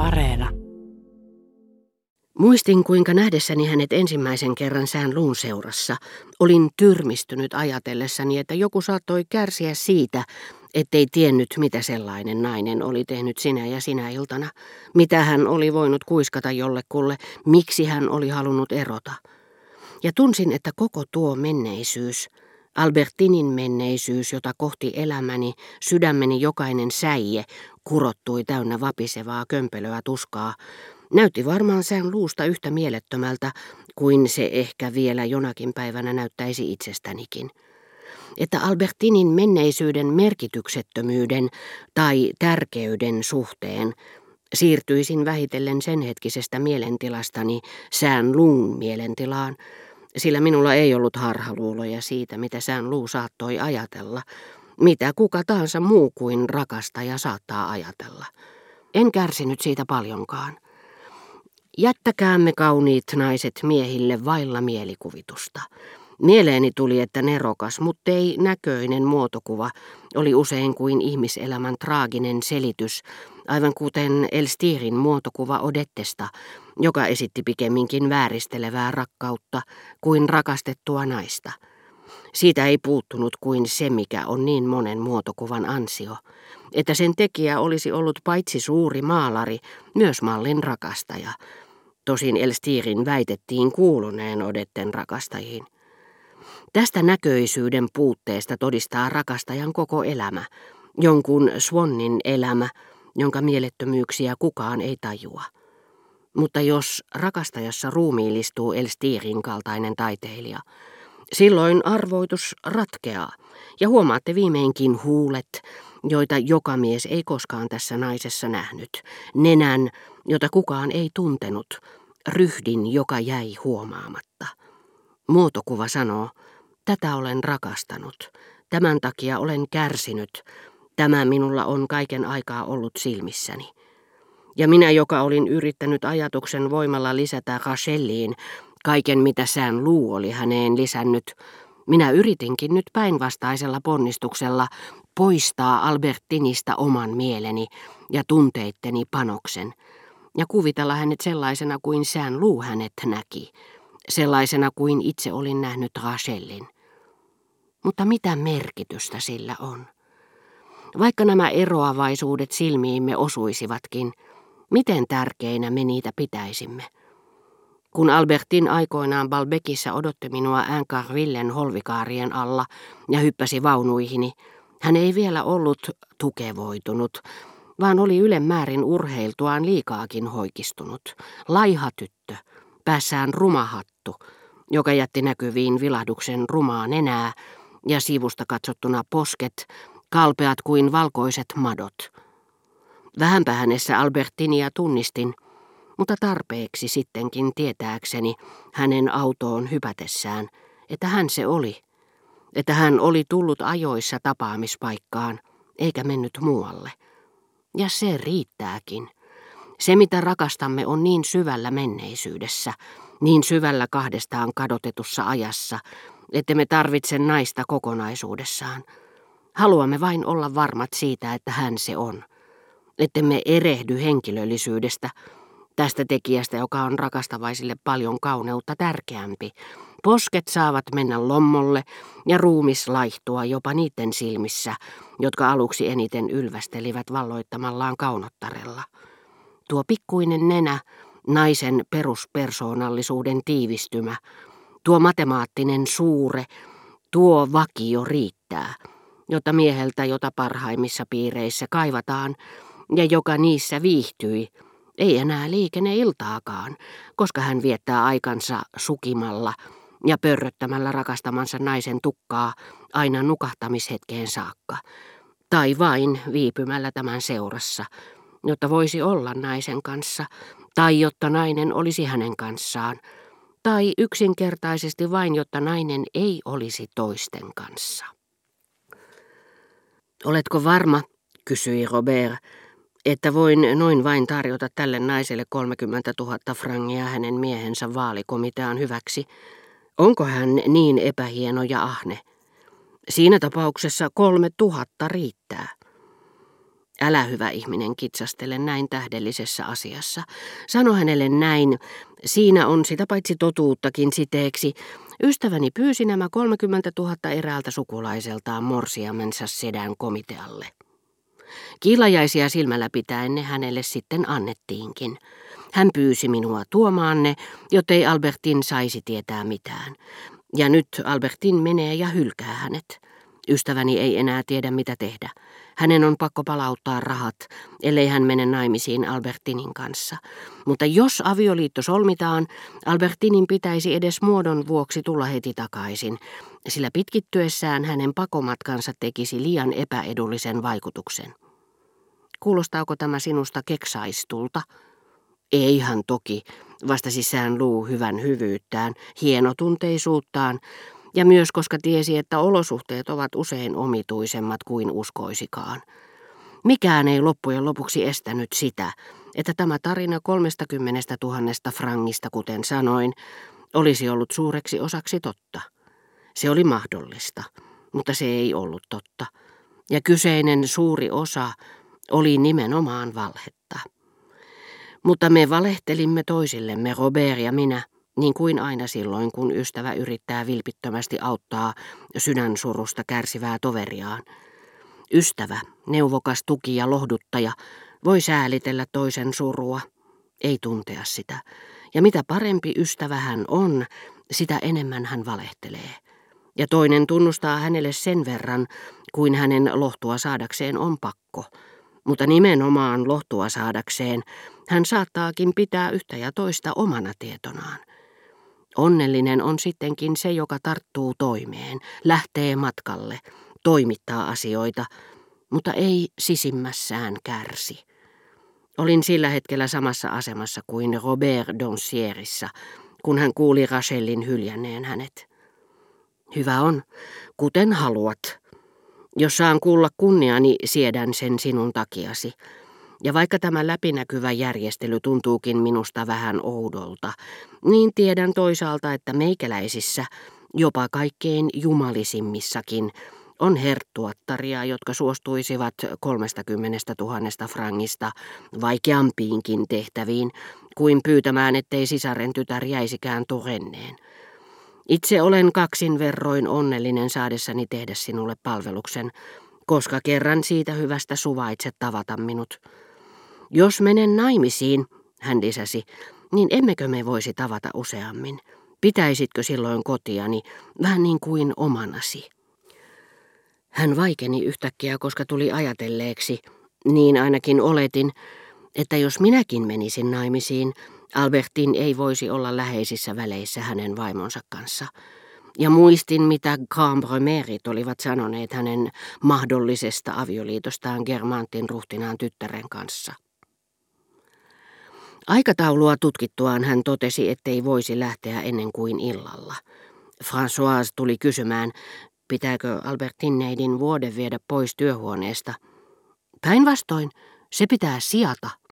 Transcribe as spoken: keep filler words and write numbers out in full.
Areena. Muistin, kuinka nähdessäni hänet ensimmäisen kerran sään luun seurassa olin tyrmistynyt ajatellessani, että joku saattoi kärsiä siitä, ettei tiennyt, mitä sellainen nainen oli tehnyt sinä ja sinä iltana, mitä hän oli voinut kuiskata jollekulle, miksi hän oli halunnut erota. Ja tunsin, että koko tuo menneisyys, Albertinin menneisyys, jota kohti elämäni, sydämeni jokainen säie kurottui täynnä vapisevaa kömpelöä tuskaa, näytti varmaan sään luusta yhtä mielettömältä kuin se ehkä vielä jonakin päivänä näyttäisi itsestänikin. Että Albertinin menneisyyden merkityksettömyyden tai tärkeyden suhteen siirtyisin vähitellen sen hetkisestä mielentilastani sään luun mielentilaan, sillä minulla ei ollut harhaluuloja siitä, mitä sään luu saattoi ajatella, mitä kuka tahansa muu kuin rakastaja saattaa ajatella. En kärsinyt siitä paljonkaan. Jättäkäämme kauniit naiset miehille vailla mielikuvitusta. Mieleeni tuli, että nerokas, muttei näköinen muotokuva oli usein kuin ihmiselämän traaginen selitys, aivan kuten Elstirin muotokuva Odettesta, joka esitti pikemminkin vääristelevää rakkautta kuin rakastettua naista. Siitä ei puuttunut kuin se, mikä on niin monen muotokuvan ansio, että sen tekijä olisi ollut paitsi suuri maalari, myös mallin rakastaja. Tosin Elstirin väitettiin kuuluneen Odetten rakastajiin. Tästä näköisyyden puutteesta todistaa rakastajan koko elämä, jonkun Swannin elämä, jonka mielettömyyksiä kukaan ei tajua. Mutta jos rakastajassa ruumiillistuu Elstirin kaltainen taiteilija, silloin arvoitus ratkeaa, ja huomaatte viimeinkin huulet, joita joka mies ei koskaan tässä naisessa nähnyt, nenän, jota kukaan ei tuntenut, ryhdin, joka jäi huomaamatta. Muotokuva sanoo, tätä olen rakastanut, tämän takia olen kärsinyt, tämä minulla on kaiken aikaa ollut silmissäni. Ja minä, joka olin yrittänyt ajatuksen voimalla lisätä Racheliin kaiken, mitä sään luu oli häneen lisännyt, minä yritinkin nyt päinvastaisella ponnistuksella poistaa Albertinista oman mieleni ja tunteitteni panoksen, ja kuvitella hänet sellaisena kuin sään luu hänet näki, sellaisena kuin itse olin nähnyt Rachelin. Mutta mitä merkitystä sillä on? Vaikka nämä eroavaisuudet silmiimme osuisivatkin, miten tärkeinä me niitä pitäisimme? Kun Albertin aikoinaan Balbekissa odotti minua Aincarvillen holvikaarien alla ja hyppäsi vaunuihini, hän ei vielä ollut tukevoitunut, vaan oli ylemmäärin urheiltuaan liikaakin hoikistunut. Laiha tyttö, päässään ruma hattu, joka jätti näkyviin vilahduksen rumaa nenää ja sivusta katsottuna posket, kalpeat kuin valkoiset madot. Vähänpä hänessä Albertinia tunnistin, mutta tarpeeksi sittenkin tietääkseni hänen autoon hypätessään, että hän se oli, että hän oli tullut ajoissa tapaamispaikkaan, eikä mennyt muualle. Ja se riittääkin. Se, mitä rakastamme, on niin syvällä menneisyydessä, niin syvällä kahdestaan kadotetussa ajassa, että me tarvitse naista kokonaisuudessaan. Haluamme vain olla varmat siitä, että hän se on. Ettemme erehdy henkilöllisyydestä, tästä tekijästä, joka on rakastavaisille paljon kauneutta tärkeämpi. Posket saavat mennä lommolle ja ruumis laihtua jopa niiden silmissä, jotka aluksi eniten ylvästelivät valloittamallaan kaunottarella. Tuo pikkuinen nenä, naisen peruspersoonallisuuden tiivistymä, tuo matemaattinen suure, tuo vakio riittää, jotta mieheltä, jota parhaimmissa piireissä kaivataan ja joka niissä viihtyi, ei enää liikene iltaakaan, koska hän viettää aikansa sukimalla ja pörröttämällä rakastamansa naisen tukkaa aina nukahtamishetkeen saakka, tai vain viipymällä tämän seurassa, jotta voisi olla naisen kanssa, tai jotta nainen olisi hänen kanssaan, tai yksinkertaisesti vain, jotta nainen ei olisi toisten kanssa. Oletko varma, kysyi Robert, että voin noin vain tarjota tälle naiselle kolmekymmentätuhatta frangia hänen miehensä vaalikomitean hyväksi? Onko hän niin epähieno ja ahne? Siinä tapauksessa kolme tuhatta riittää. Älä hyvä ihminen kitsastele näin tähdellisessä asiassa. Sano hänelle näin, siinä on sitä paitsi totuuttakin siteeksi. Ystäväni pyysi nämä kolmekymmentätuhatta eräältä sukulaiseltaan morsiamensa sedän komitealle. Kiilajaisia silmällä pitäen ne hänelle sitten annettiinkin. Hän pyysi minua tuomaan ne, jottei Albertine saisi tietää mitään. Ja nyt Albertine menee ja hylkää hänet. Ystäväni ei enää tiedä mitä tehdä. Hänen on pakko palauttaa rahat, ellei hän mene naimisiin Albertinin kanssa. Mutta jos avioliitto solmitaan, Albertinin pitäisi edes muodon vuoksi tulla heti takaisin, sillä pitkittyessään hänen pakomatkansa tekisi liian epäedullisen vaikutuksen. Kuulostaako tämä sinusta keksaistulta? Eihän toki, vastasi Saint-Loup hyvän hyvyyttään, hienotunteisuuttaan, ja myös koska tiesi, että olosuhteet ovat usein omituisemmat kuin uskoisikaan. Mikään ei loppujen lopuksi estänyt sitä, että tämä tarina kolmestakymmenestä tuhannesta frangista, kuten sanoin, olisi ollut suureksi osaksi totta. Se oli mahdollista, mutta se ei ollut totta, ja kyseinen suuri osa oli nimenomaan valhetta. Mutta me valehtelimme toisillemme, Robert ja minä, niin kuin aina silloin, kun ystävä yrittää vilpittömästi auttaa sydänsurusta kärsivää toveriaan. Ystävä, neuvokas tuki ja lohduttaja, voi säälitellä toisen surua, ei tuntea sitä. Ja mitä parempi ystävä hän on, sitä enemmän hän valehtelee. Ja toinen tunnustaa hänelle sen verran, kuin hänen lohtua saadakseen on pakko. Mutta nimenomaan lohtua saadakseen hän saattaakin pitää yhtä ja toista omana tietonaan. Onnellinen on sittenkin se, joka tarttuu toimeen, lähtee matkalle, toimittaa asioita, mutta ei sisimmässään kärsi. Olin sillä hetkellä samassa asemassa kuin Robert Doncierissa, kun hän kuuli Rachelin hyljänneen hänet. Hyvä on, kuten haluat. Jos saan kuulla kunniani, siedän sen sinun takiasi. Ja vaikka tämä läpinäkyvä järjestely tuntuukin minusta vähän oudolta, niin tiedän toisaalta, että meikäläisissä, jopa kaikkein jumalisimmissakin, on herttuattaria, jotka suostuisivat kolmestakymmenestä tuhannesta frangista vaikeampiinkin tehtäviin, kuin pyytämään, ettei sisaren tytär jäisikään Tourenneen. Itse olen kaksin verroin onnellinen saadessani tehdä sinulle palveluksen, koska kerran siitä hyvästä suvaitset tavata minut. Jos menen naimisiin, hän lisäsi, niin emmekö me voisi tavata useammin? Pitäisitkö silloin kotiani, vähän niin kuin omanasi? Hän vaikeni yhtäkkiä, koska tuli ajatelleeksi, niin ainakin oletin, että jos minäkin menisin naimisiin, Albertine ei voisi olla läheisissä väleissä hänen vaimonsa kanssa. Ja muistin, mitä Cambremerit olivat sanoneet hänen mahdollisesta avioliitostaan Germantin ruhtinaan tyttären kanssa. Aikataulua tutkittuaan hän totesi, ettei voisi lähteä ennen kuin illalla. Françoise tuli kysymään, pitääkö Albertineidin vuode viedä pois työhuoneesta. Päinvastoin, se pitää siata,